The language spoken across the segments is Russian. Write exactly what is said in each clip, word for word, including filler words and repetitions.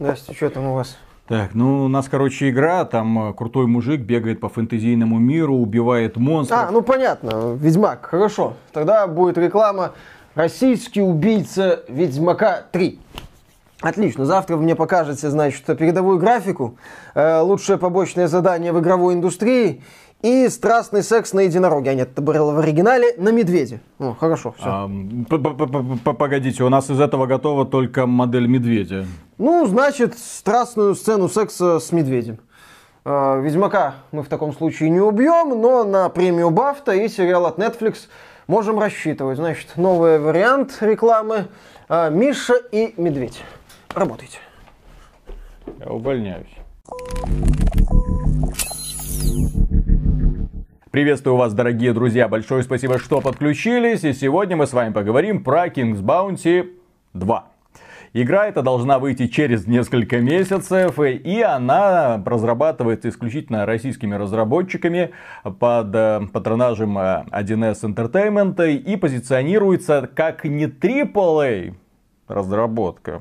Здрасте, что там у вас? Так, ну у нас, короче, игра, там крутой мужик бегает по фэнтезийному миру, убивает монстров. А, ну понятно, Ведьмак, хорошо. Тогда будет реклама «Российский убийца Ведьмака три». Отлично, завтра вы мне покажете, значит, передовую графику, э, лучшее побочное задание в игровой индустрии и страстный секс на единороге. А нет, это было в оригинале на медведе. Ну, хорошо, все. А, Погодите, у нас из этого готова только модель медведя. Ну, значит, страстную сцену секса с медведем. Э, Ведьмака мы в таком случае не убьем, но на премию Бафта и сериал от Netflix можем рассчитывать. Значит, новый вариант рекламы. Э, Миша и медведь. Работайте. Я увольняюсь. Приветствую вас, дорогие друзья. Большое спасибо, что подключились. И сегодня мы с вами поговорим про King's Bounty два. Игра эта должна выйти через несколько месяцев, и она разрабатывается исключительно российскими разработчиками под патронажем один эс Entertainment и позиционируется как не трипл эй разработка,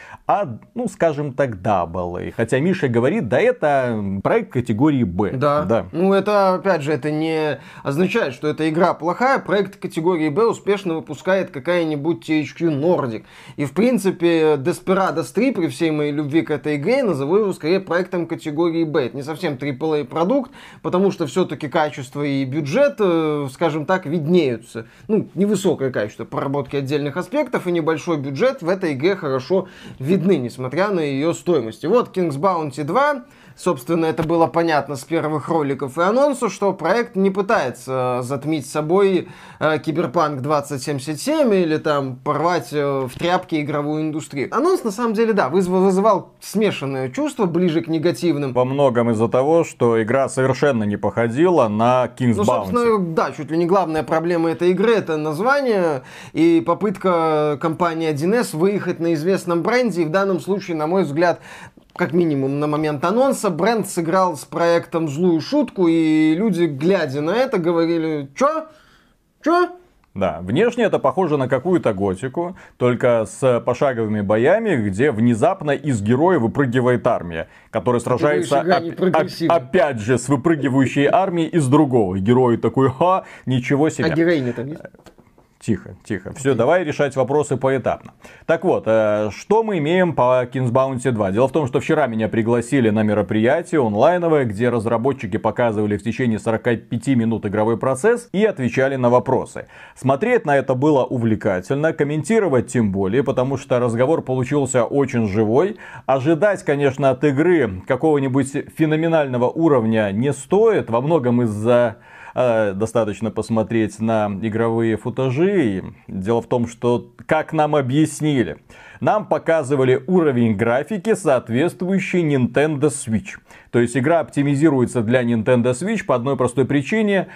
а, ну, скажем так, дабл эй. Хотя Миша говорит, да, это проект категории Б. Да. да. Ну, это, опять же, это не означает, что эта игра плохая. Проект категории Б успешно выпускает какая-нибудь ти эйч кью Nordic. И, в принципе, Desperados три, при всей моей любви к этой игре, назову его скорее проектом категории Б. Это не совсем трипл эй продукт, потому что все-таки качество и бюджет, скажем так, виднеются. Ну, невысокое качество проработки отдельных аспектов и небольшой бюджет в этой игре хорошо видны, несмотря на ее стоимость. И вот King's Bounty два, собственно, это было понятно с первых роликов и анонсов, что проект не пытается затмить собой э, Киберпанк двадцать семьдесят семь или там порвать э, в тряпке игровую индустрию. Анонс, на самом деле, да, вызывал, вызывал смешанное чувство, ближе к негативным. Во многом из-за того, что игра совершенно не походила на King's Ну, Bounty. собственно, да, чуть ли не главная проблема этой игры — это название и попытка компании один эс выехать на известном бренде. И в данном случае, на мой взгляд, как минимум на момент анонса, бренд сыграл с проектом злую шутку, и люди, глядя на это, говорили: «Чё? Чё?» Да, внешне это похоже на какую-то готику, только с пошаговыми боями, где внезапно из героя выпрыгивает армия, которая сражается оп- оп- опять же с выпрыгивающей армией из другого. Герой такой: ха, ничего себе. А героиня там есть? Тихо, тихо. Все, давай решать вопросы поэтапно. Так вот, э, что мы имеем по King's Bounty два? Дело в том, что вчера меня пригласили на мероприятие онлайновое, где разработчики показывали в течение сорока пяти минут игровой процесс и отвечали на вопросы. Смотреть на это было увлекательно, комментировать тем более, потому что разговор получился очень живой. Ожидать, конечно, от игры какого-нибудь феноменального уровня не стоит, во многом из-за... достаточно посмотреть на игровые футажи. Дело в том, что, как нам объяснили, нам показывали уровень графики, соответствующий Nintendo Switch. То есть игра оптимизируется для Nintendo Switch по одной простой причине.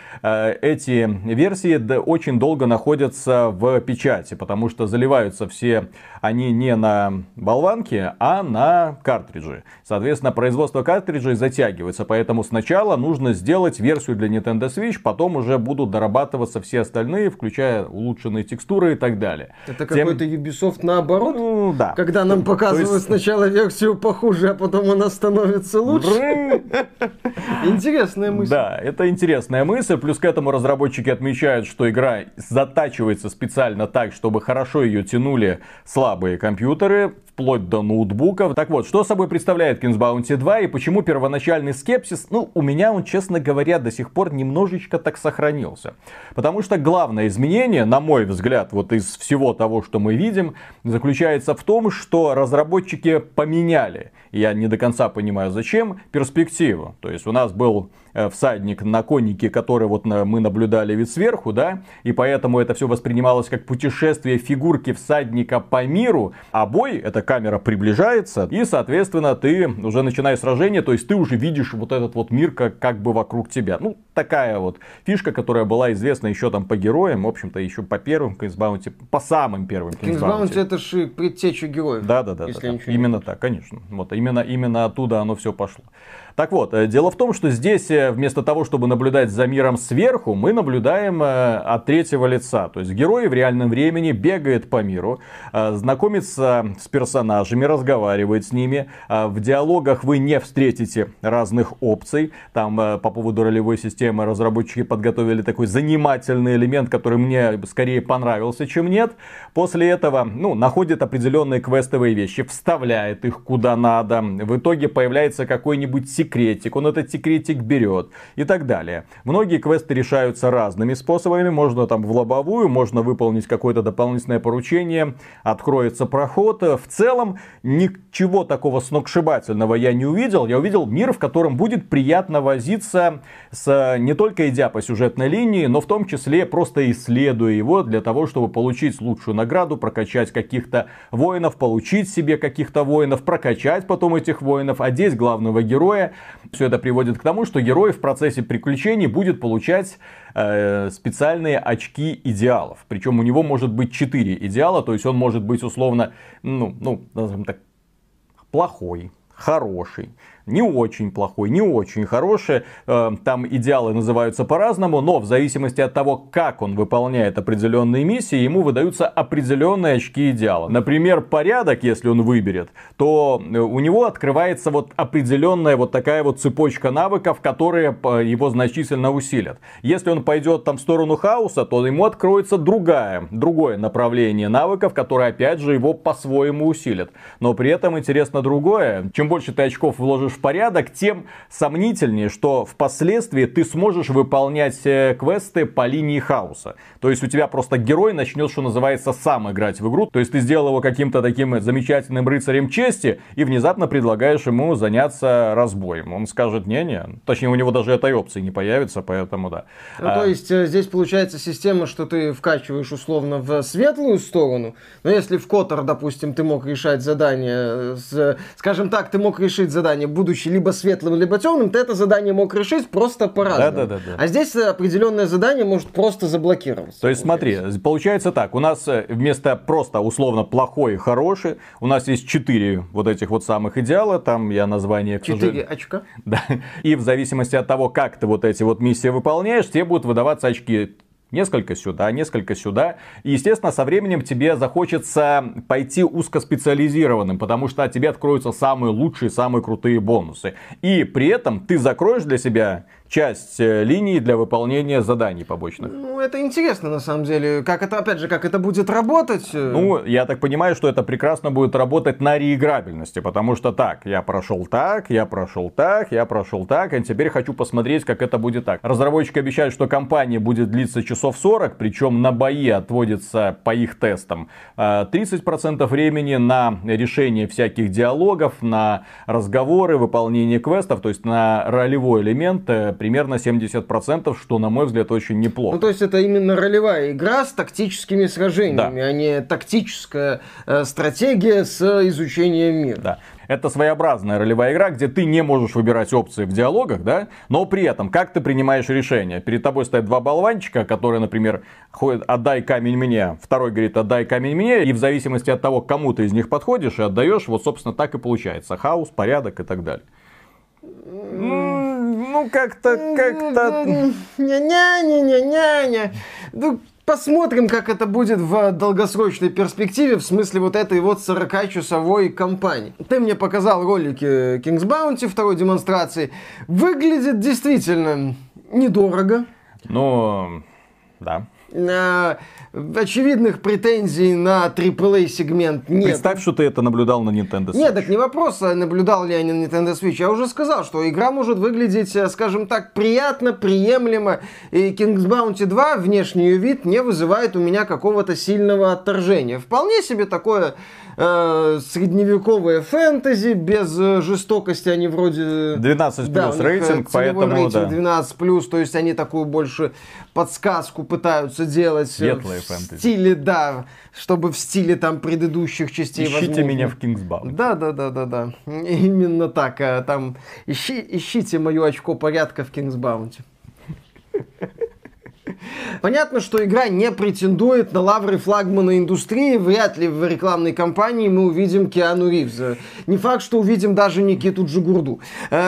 Эти версии очень долго находятся в печати, потому что заливаются все они не на болванки, а на картриджи. Соответственно, производство картриджей затягивается, поэтому сначала нужно сделать версию для Nintendo Switch, потом уже будут дорабатываться все остальные, включая улучшенные текстуры и так далее. Это Тем... какой-то Ubisoft наоборот? Ну, да. Когда нам показывают есть... сначала версию похуже, а потом она становится лучше? Интересная мысль. Да, это интересная мысль. Плюс к этому разработчики отмечают, что игра затачивается специально так, чтобы хорошо ее тянули слабые компьютеры, вплоть до ноутбуков. Так вот, что собой представляет King's Bounty два и почему первоначальный скепсис, ну, у меня он, честно говоря, до сих пор немножечко так сохранился. Потому что главное изменение, на мой взгляд, вот из всего того, что мы видим, заключается в том, что разработчики поменяли, я не до конца понимаю зачем, перспективу. То есть у нас был всадник на коннике, который вот мы наблюдали вид сверху, да, и поэтому это все воспринималось как путешествие фигурки всадника по миру, а бой, эта камера приближается, и, соответственно, ты уже начинаешь сражение, то есть ты уже видишь вот этот вот мир как, как бы вокруг тебя. Ну, такая вот фишка, которая была известна еще там по героям, в общем-то, еще по первым King's Bounty, по самым первым King's Bounty. это же предтеча героев. Да, да, да, да, да. Именно так, конечно. Вот именно, именно оттуда оно все пошло. Так вот, дело в том, что здесь вместо того, чтобы наблюдать за миром сверху, мы наблюдаем от третьего лица. То есть герой в реальном времени бегает по миру, знакомится с персонажами, разговаривает с ними. В диалогах вы не встретите разных опций. Там по поводу ролевой системы разработчики подготовили такой занимательный элемент, который мне скорее понравился, чем нет. После этого, ну, находит определенные квестовые вещи, вставляет их куда надо. В итоге появляется какой-нибудь секретик, он этот секретик берет и так далее. Многие квесты решаются разными способами. Можно там в лобовую, можно выполнить какое-то дополнительное поручение, откроется проход. В целом ничего такого сногсшибательного я не увидел. Я увидел мир, в котором будет приятно возиться, с, не только идя по сюжетной линии, но в том числе просто исследуя его для того, чтобы получить лучшую награду, прокачать каких-то воинов, получить себе каких-то воинов, прокачать потом этих воинов, одеть главного героя. Все это приводит к тому, что герой в процессе приключений будет получать э, специальные очки идеалов. Причем у него может быть четыре идеала, то есть он может быть условно, ну, ну, назовем так, плохой, хороший, не очень плохой, не очень хороший. Там идеалы называются по-разному, но в зависимости от того, как он выполняет определенные миссии, ему выдаются определенные очки идеала. Например, порядок, если он выберет, то у него открывается вот определенная вот такая вот цепочка навыков, которые его значительно усилят. Если он пойдет там в сторону хаоса, то ему откроется другая, другое направление навыков, которое опять же его по-своему усилят. Но при этом интересно другое. Чем больше ты очков вложишь в порядок, тем сомнительнее, что впоследствии ты сможешь выполнять квесты по линии хаоса. То есть у тебя просто герой начнет, что называется, сам играть в игру. То есть ты сделал его каким-то таким замечательным рыцарем чести и внезапно предлагаешь ему заняться разбоем. Он скажет не-не. Точнее, у него даже этой опции не появится, поэтому да. Ну, а... то есть здесь получается система, что ты вкачиваешь условно в светлую сторону. Но если в Котор, допустим, ты мог решать задание, с, скажем так, ты мог решить задание, будучи либо светлым, либо темным, ты это задание мог решить просто по-разному. Да, да, да, да. А здесь определенное задание может просто заблокироваться. То есть смотри, получается так, у нас вместо просто условно плохой и хороший, у нас есть четыре вот этих вот самых идеала, там я название... Четыре очка. Да. И в зависимости от того, как ты вот эти вот миссии выполняешь, тебе будут выдаваться очки. Несколько сюда, несколько сюда. И, естественно, со временем тебе захочется пойти узкоспециализированным, потому что тебе откроются самые лучшие, самые крутые бонусы. И при этом ты закроешь для себя часть линий для выполнения заданий побочных. Ну, это интересно, на самом деле. Как это, опять же, как это будет работать? Ну, я так понимаю, что это прекрасно будет работать на реиграбельности, потому что так, я прошел так, я прошел так, я прошел так, а теперь хочу посмотреть, как это будет так. Разработчики обещают, что кампания будет длиться часов сорок, причем на бои отводится, по их тестам, тридцать процентов времени на решение всяких диалогов, на разговоры, выполнение квестов, то есть на ролевой элемент примерно семьдесят процентов, что, на мой взгляд, очень неплохо. Ну, то есть это именно ролевая игра с тактическими сражениями, да, а не тактическая э, стратегия с изучением мира. Да. Это своеобразная ролевая игра, где ты не можешь выбирать опции в диалогах, да, но при этом, как ты принимаешь решение? Перед тобой стоят два болванчика, которые, например, ходят: отдай камень мне, второй говорит: отдай камень мне, и в зависимости от того, к кому ты из них подходишь и отдаешь, вот, собственно, так и получается. Хаос, порядок и так далее. Ну, как-то, как-то... Не-не-не-не-не-не. Ну, посмотрим, как это будет в долгосрочной перспективе, в смысле вот этой вот сорокачасовой кампании. Ты мне показал ролики King's Bounty второй демонстрации. Выглядит действительно недорого. Ну, да. Очевидных претензий на трипл эй сегмент нет. Представь, что ты это наблюдал на Nintendo Switch. Нет, так не вопрос, наблюдал ли я на Nintendo Switch. Я уже сказал, что игра может выглядеть, скажем так, приятно, приемлемо. И King's Bounty два, внешний ее вид, не вызывает у меня какого-то сильного отторжения. Вполне себе такое э, средневековое фэнтези, без жестокости. Они вроде... двенадцать плюс да, рейтинг, поэтому... рейтинг да. двенадцать плюс, то есть они такую больше подсказку пытаются делать. Светлые фэнтези. В стиле, да, чтобы в стиле там предыдущих частей. Ищите возможно. меня в King's Bounty. Да, да, да, да, да. Именно так. Там ищи, ищите мое очко порядка в King's Bounty. Понятно, что игра не претендует на лавры флагмана индустрии. Вряд ли в рекламной кампании мы увидим Киану Ривза. Не факт, что увидим даже Никиту Джигурду.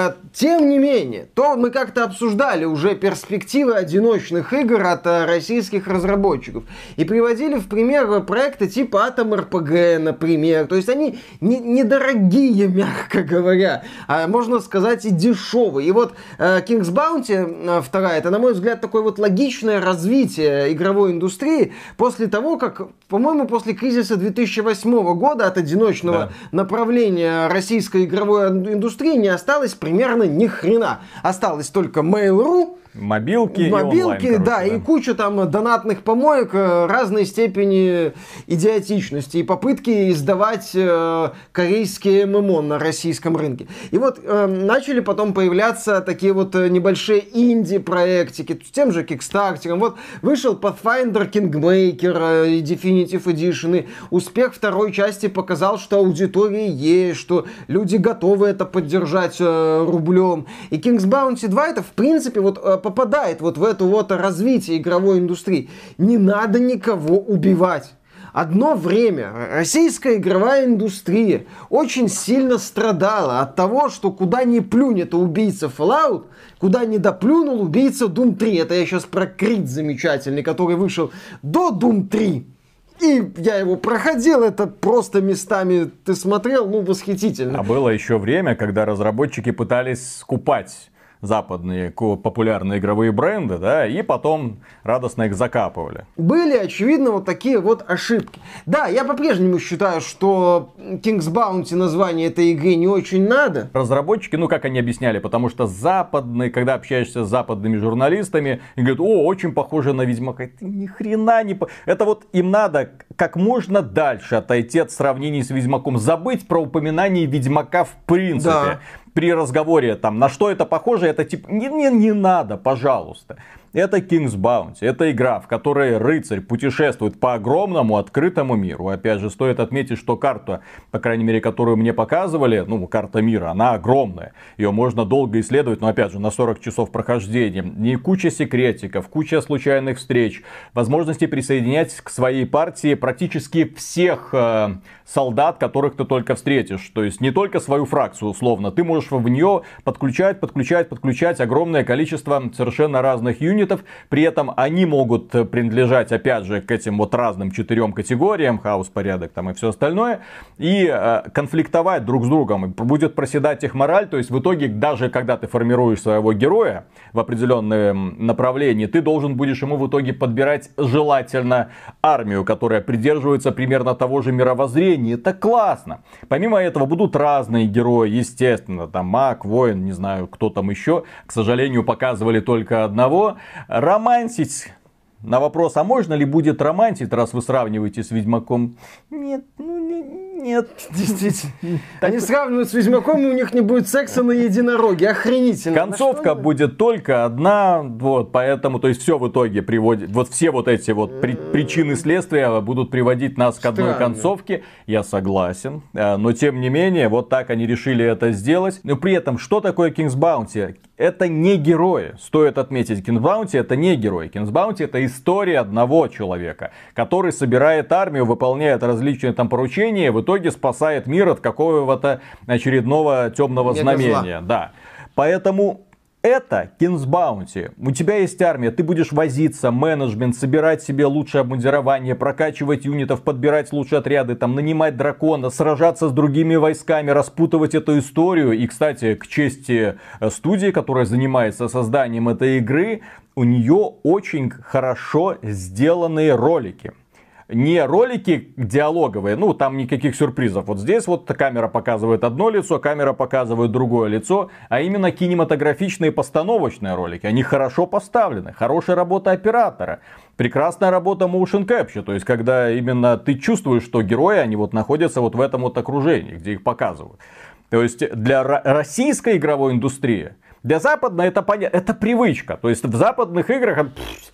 Тем не менее, то мы как-то обсуждали уже перспективы одиночных игр от российских разработчиков. И приводили в пример проекты типа Atom эр пи джи, например. То есть они не, недорогие, мягко говоря. А можно сказать и дешевые. И вот King's Bounty вторая, это, на мой взгляд, такое вот логичное развитие игровой индустрии после того, как, по-моему, после кризиса две тысячи восьмого года от одиночного да. направления российской игровой индустрии не осталось примерно ни хрена. Осталось только Mail.ru, Мобилки, Мобилки, и онлайн, да, короче, и куча там донатных помоек разной степени идиотичности и попытки издавать э, корейские эм эм о на российском рынке. И вот э, начали потом появляться такие вот небольшие инди-проектики с тем же Кикстартером. Вот вышел Pathfinder Kingmaker э, Definitive Edition, и успех второй части показал, что аудитория есть, что люди готовы это поддержать э, рублем. И King's Bounty два это, в принципе, вот э, попадает вот в это вот развитие игровой индустрии. Не надо никого убивать. Одно время российская игровая индустрия очень сильно страдала от того, что куда ни плюнь, это убийца Fallout, куда не доплюнул убийца Doom три. Это я сейчас про Крит замечательный, который вышел до Doom три. И я его проходил, это просто местами ты смотрел, ну, восхитительно. А было еще время, когда разработчики пытались скупать западные популярные игровые бренды, да, и потом радостно их закапывали. Были, очевидно, вот такие вот ошибки. Да, я по-прежнему считаю, что King's Bounty название этой игры не очень надо. Разработчики, ну как они объясняли, потому что западные, когда общаешься с западными журналистами, и говорят, о, очень похоже на Ведьмака. Это ни хрена не... Это вот им надо как можно дальше отойти от сравнений с Ведьмаком, забыть про упоминание Ведьмака в принципе. Да. При разговоре там, на что это похоже, это типа, не, не, не надо, пожалуйста. Это King's Bounty, это игра, в которой рыцарь путешествует по огромному открытому миру. Опять же, стоит отметить, что карта, по крайней мере, которую мне показывали, ну, карта мира, она огромная. Ее можно долго исследовать, но, опять же, на сорок часов прохождения. И куча секретиков, куча случайных встреч, возможности присоединять к своей партии практически всех э, солдат, которых ты только встретишь. То есть, не только свою фракцию, условно. Ты можешь в нее подключать, подключать, подключать огромное количество совершенно разных юнитов. При этом они могут принадлежать, опять же, к этим вот разным четырем категориям, хаос, порядок там и все остальное, и э, конфликтовать друг с другом. Будет проседать их мораль, то есть в итоге, даже когда ты формируешь своего героя в определенном направлении, ты должен будешь ему в итоге подбирать желательно армию, которая придерживается примерно того же мировоззрения. Это классно. Помимо этого будут разные герои, естественно, там маг, воин, не знаю, кто там еще. К сожалению, показывали только одного. Романсить. На вопрос, а можно ли будет романтить, раз вы сравниваете с Ведьмаком? Нет, ну нет. Действительно. Они сравнивают с Ведьмаком, и у них не будет секса на единороге. Охренительно. Концовка будет только одна, вот, поэтому, то есть, все в итоге приводит, вот все вот эти вот при, причины следствия будут приводить нас к одной Странно. концовке. Я согласен, но тем не менее, вот так они решили это сделать. Но при этом, что такое King's Bounty? Это не герои. Стоит отметить, King's Bounty это не герой. King's Bounty это история одного человека, который собирает армию, выполняет различные там поручения, в итоге спасает мир от какого-то очередного темного знамения. Да. Поэтому это King's Bounty. У тебя есть армия, ты будешь возиться, менеджмент, собирать себе лучшее обмундирование, прокачивать юнитов, подбирать лучшие отряды, там, нанимать дракона, сражаться с другими войсками, распутывать эту историю. И, кстати, к чести студии, которая занимается созданием этой игры, у нее очень хорошо сделанные ролики. Не ролики диалоговые, ну там никаких сюрпризов. Вот здесь вот камера показывает одно лицо, камера показывает другое лицо, а именно кинематографичные постановочные ролики. Они хорошо поставлены, хорошая работа оператора, прекрасная работа motion capture. То есть, когда именно ты чувствуешь, что герои, они вот находятся вот в этом вот окружении, где их показывают. То есть, для российской игровой индустрии, для западной это понятно, это привычка. То есть, в западных играх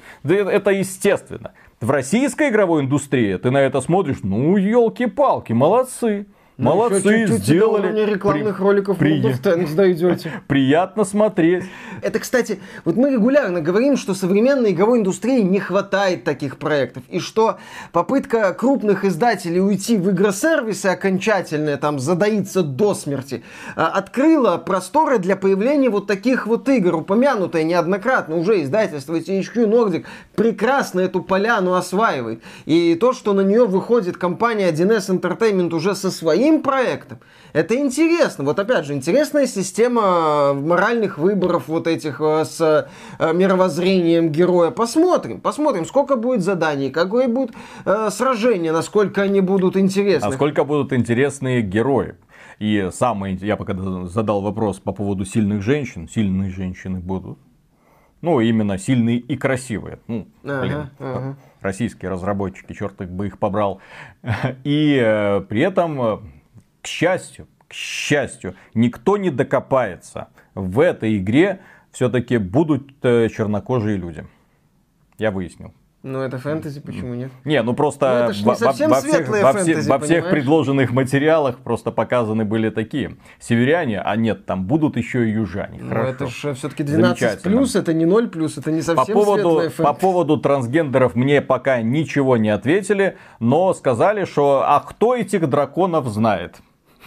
это естественно. В российской игровой индустрии ты на это смотришь, ну, елки-палки, молодцы. Ну, Молодцы, чуть-чуть сделали. до рекламных При... роликов При... World of Tanks дойдете. Приятно смотреть. Это, кстати, вот мы регулярно говорим, что современной игровой индустрии не хватает таких проектов, и что попытка крупных издателей уйти в игросервисы окончательно, там, задоиться до смерти, открыла просторы для появления вот таких вот игр, упомянутое неоднократно уже издательство ти эйч кью Nordic прекрасно эту поляну осваивает. И то, что на нее выходит компания один эс Entertainment уже со своим проектом, это интересно. Вот опять же, интересная система моральных выборов вот этих с мировоззрением героя. Посмотрим, посмотрим, сколько будет заданий, какое будет э, сражение, насколько они будут интересны. Насколько будут интересные герои. И самое, я пока задал вопрос по поводу сильных женщин. Сильные женщины будут. Ну, именно сильные и красивые. Ну, ага, блин, ага. Российские разработчики, черт их бы их побрал. И э, при этом... К счастью, к счастью, никто не докопается. В этой игре все-таки будут э, чернокожие люди. Я выяснил. Ну, это фэнтези, почему нет? Не, ну просто ну, во, во, во, всех, во, фэнтези, во всех предложенных материалах просто показаны были такие северяне, а нет, там будут еще и южане. Ну, хорошо. это же все-таки двенадцать плюс, это не ноль плюс, это не совсем по поводу, светлая фэнтези. По поводу трансгендеров мне пока ничего не ответили, но сказали, что а кто этих драконов знает?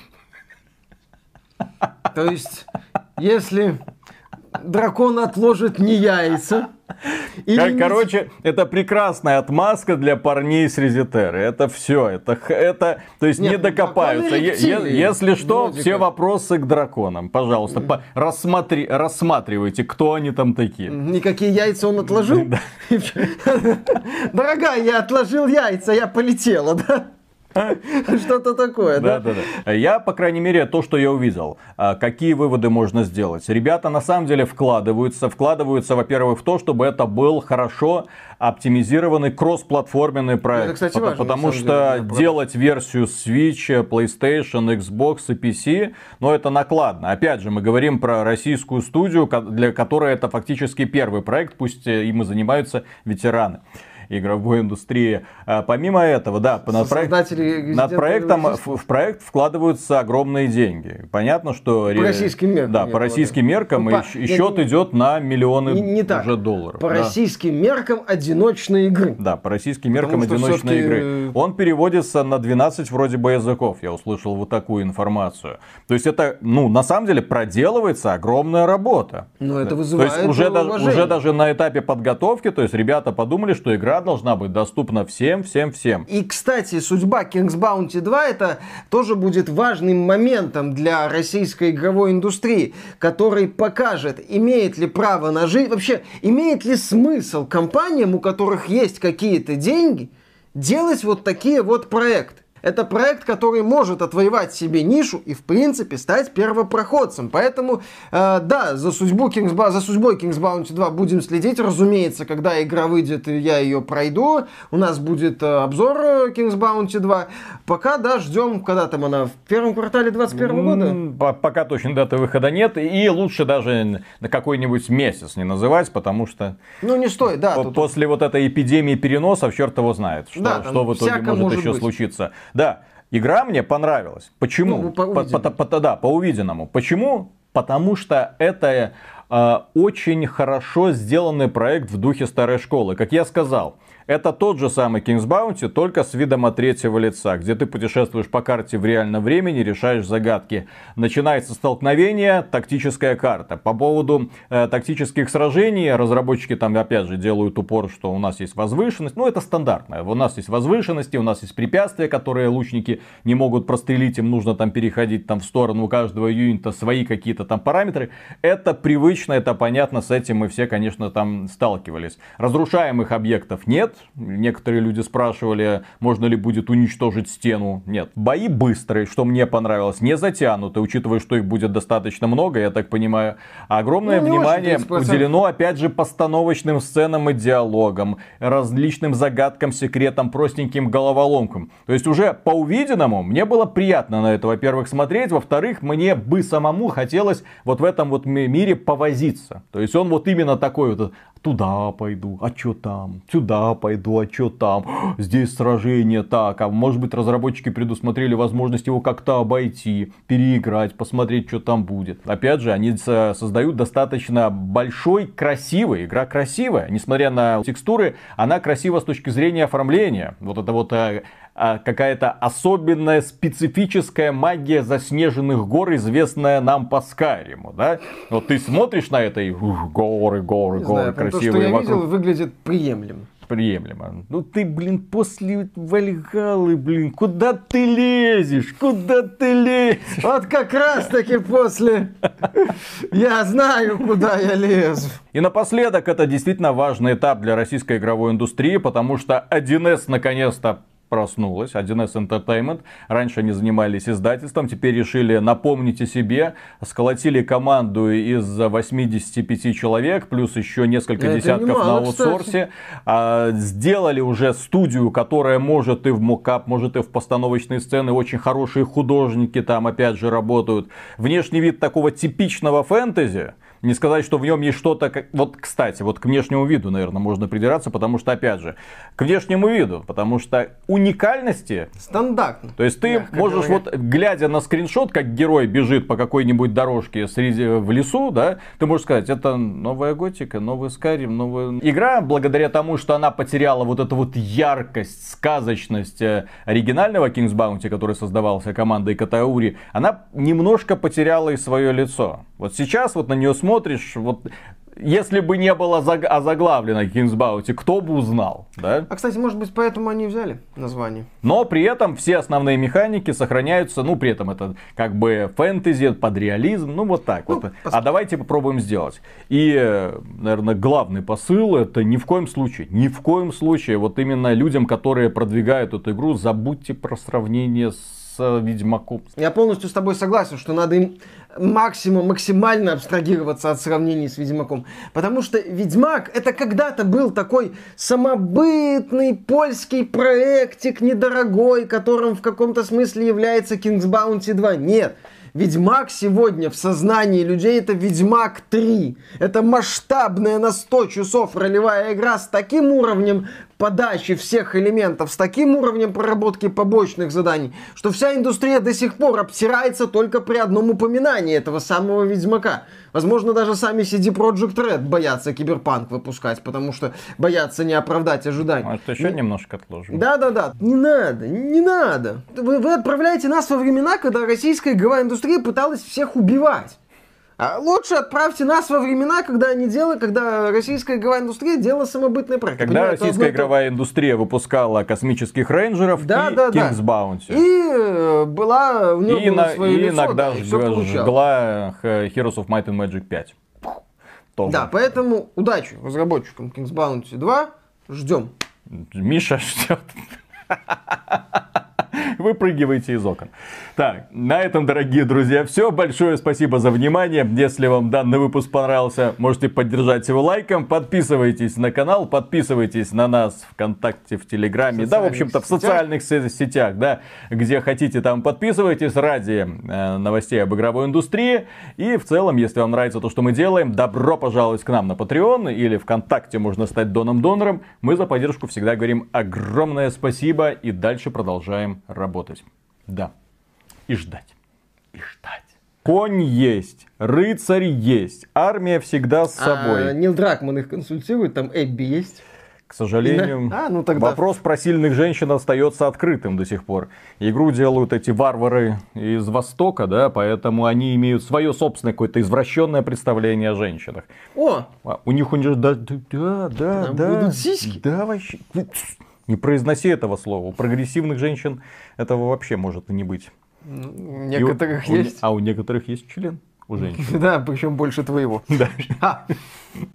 То есть, если дракон отложит не яйца... Кор- короче, это прекрасная отмазка для парней с Резетеры. Это все. Это, это, то есть Нет, не докопаются. Е- е- если что, Вроде все как. Вопросы к драконам. Пожалуйста, mm. по- рассмотри- рассматривайте, кто они там такие. Никакие яйца он отложил? Дорогая, я отложил яйца, я полетела, да? Что-то такое, да? Да, да, да. Я, по крайней мере, то, что я увидел, какие выводы можно сделать. Ребята на самом деле вкладываются. Вкладываются, во-первых, в то, чтобы это был хорошо оптимизированный кроссплатформенный проект. Это, кстати, важно, потому что деле, делать версию Switch, PlayStation, Xbox и пи си, ну, это накладно. Опять же, мы говорим про российскую студию, для которой это фактически первый проект, пусть им и занимаются ветераны игровой индустрии. А, помимо этого, да, над, проект, над проектом в, в проект вкладываются огромные деньги. Понятно, что... По российским меркам. Да, по российским меркам. Ну, и, по, и счет не, идет на миллионы не, не уже так. долларов. По да. российским меркам одиночные игры. Да, по российским меркам одиночные игры. Он переводится на двенадцать вроде бы языков. Я услышал вот такую информацию. То есть это, ну, на самом деле проделывается огромная работа. Ну, это вызывает то есть уже, да, уже даже на этапе подготовки, то есть ребята подумали, что игра должна быть доступна всем, всем, всем. И, кстати, судьба King's Bounty два это тоже будет важным моментом для российской игровой индустрии, который покажет, имеет ли право на жизнь, вообще, имеет ли смысл компаниям, у которых есть какие-то деньги, делать вот такие вот проекты. Это проект, который может отвоевать себе нишу и, в принципе, стать первопроходцем. Поэтому, э, да, за, судьбу King's Ba- за судьбой King's Bounty два будем следить. Разумеется, когда игра выйдет, я ее пройду. У нас будет э, обзор King's Bounty два. Пока, да, ждем, когда там она, в первом квартале двадцать первого года? Пока точно даты выхода нет. И лучше даже на какой-нибудь месяц не называть, потому что... Ну, не стоит, да. По- тут... После вот этой эпидемии переносов, черт его знает, что, да, что в итоге может, может еще быть. случиться. Да, игра мне понравилась. Почему? Ну, по, по, по, по, да, по увиденному. Почему? Потому что это э, очень хорошо сделанный проект в духе старой школы. Как я сказал, это тот же самый King's Bounty, только с видом от третьего лица, где ты путешествуешь по карте в реальном времени, решаешь загадки. Начинается столкновение, тактическая карта. По поводу э, тактических сражений, разработчики там опять же делают упор, что у нас есть возвышенность. Ну, это стандартно. У нас есть возвышенности, у нас есть препятствия, которые лучники не могут прострелить, им нужно там переходить там в сторону у каждого юнита свои какие-то там параметры. Это привычно, это понятно, с этим мы все, конечно, там сталкивались. Разрушаемых объектов нет. Некоторые люди спрашивали, можно ли будет уничтожить стену. Нет. Бои быстрые, что мне понравилось, не затянуты, учитывая, что их будет достаточно много, я так понимаю. Огромное ну, внимание уделено, опять же, постановочным сценам и диалогам, различным загадкам, секретам, простеньким головоломкам. То есть уже по увиденному мне было приятно на это, во-первых, смотреть, во-вторых, мне бы самому хотелось вот в этом вот мире повозиться. То есть он вот именно такой вот, туда пойду, а что там, сюда пойду. пойду, а что там? Здесь сражение, так, а может быть разработчики предусмотрели возможность его как-то обойти, переиграть, посмотреть, что там будет. Опять же, они создают достаточно большой, красивый, игра красивая, несмотря на текстуры, она красива с точки зрения оформления. Вот это вот какая-то особенная специфическая магия заснеженных гор, известная нам по Скайриму, да? Вот ты смотришь на это и ух, горы, горы, Не горы знаю, красивые то, что я вокруг. видел, выглядит приемлемо. Приемлемо. Ну ты, блин, после Вальгаллы, блин, куда ты лезешь? Куда ты лезешь? Вот как раз таки после. Я знаю, куда я лезу. И напоследок, это действительно важный этап для российской игровой индустрии, потому что один эс наконец-то проснулась, один эс Entertainment. Раньше они занимались издательством, теперь решили напомнить о себе. Сколотили команду из восьмидесяти пяти человек, плюс еще несколько Это десятков немало, на аутсорсе. А, сделали уже студию, которая может и в мокап, может и в постановочные сцены. Очень хорошие художники там опять же работают. Внешний вид такого типичного фэнтези. Не сказать, что в нем есть что-то... Как... Вот, кстати, вот к внешнему виду, наверное, можно придираться, потому что, опять же, к внешнему виду, потому что уникальности... Стандартно. То есть ты можешь, говоря, вот глядя на скриншот, как герой бежит по какой-нибудь дорожке среди, в лесу, да, ты можешь сказать, это новая готика, новый Skyrim, новая... Игра, благодаря тому, что она потеряла вот эту вот яркость, сказочность оригинального King's Bounty, который создавался командой Катаури, она немножко потеряла и свое лицо. Вот сейчас вот на нее смотришь, смотришь, вот если бы не было озаглавлено King's Bounty, кто бы узнал, да? А, кстати, может быть, поэтому они взяли название. Но при этом все основные механики сохраняются, ну, при этом это как бы фэнтези, под реализм, ну, вот так ну, вот. Пос... А давайте попробуем сделать. И, наверное, главный посыл, это ни в коем случае, ни в коем случае, вот именно людям, которые продвигают эту игру, забудьте про сравнение с Ведьмаком. Я полностью с тобой согласен, что надо им максимум, максимально абстрагироваться от сравнений с Ведьмаком. Потому что Ведьмак это когда-то был такой самобытный польский проектик недорогой, которым в каком-то смысле является King's Bounty два. Нет. Ведьмак сегодня в сознании людей это Ведьмак три. Это масштабная на сто часов ролевая игра с таким уровнем подачи всех элементов, с таким уровнем проработки побочных заданий, что вся индустрия до сих пор обсирается только при одном упоминании этого самого Ведьмака. Возможно, даже сами си ди Projekt Red боятся Киберпанк выпускать, потому что боятся не оправдать ожиданий. Может, еще не... немножко отложим. Да-да-да. Не надо, не надо. Вы, вы отправляете нас во времена, когда российская игровая индустрия пыталась всех убивать. А лучше отправьте нас во времена, когда они делали, когда российская игровая индустрия делала самобытный проект. Когда Понимаю, российская игровая то... индустрия выпускала космических рейнджеров да, и да, King's да. Bounty. И была у нее и было на, свое и лицо, иногда да, и жгла, жгла Heroes of Might and Magic пять. Тоже. Да, поэтому удачи разработчикам King's Bounty два. Ждем. Миша ждет. Выпрыгивайте из окон. Так, на этом, дорогие друзья, все. Большое спасибо за внимание. Если вам данный выпуск понравился, можете поддержать его лайком. Подписывайтесь на канал, подписывайтесь на нас ВКонтакте, в Телеграме. Да, в общем-то, в социальных сетях, да, где хотите, там подписывайтесь ради э, новостей об игровой индустрии. И в целом, если вам нравится то, что мы делаем, добро пожаловать к нам на Patreon или ВКонтакте можно стать доном-донором. Мы за поддержку всегда говорим огромное спасибо и дальше продолжаем работать. Да. И ждать. И ждать. Конь есть, рыцарь есть, армия всегда с собой. А, Нил Дракман их консультирует, там Эбби есть. К сожалению, а, ну тогда... вопрос про сильных женщин остается открытым до сих пор. Игру делают эти варвары из Востока, да, поэтому они имеют свое собственное какое-то извращенное представление о женщинах. О! А, у них у них да, да, да, Там да, будут сиськи. Да, вообще. Не произноси этого слова. У прогрессивных женщин этого вообще может и не быть. Ну, у некоторых у, есть. А у некоторых есть член у женщин. Да, причем больше твоего. Да.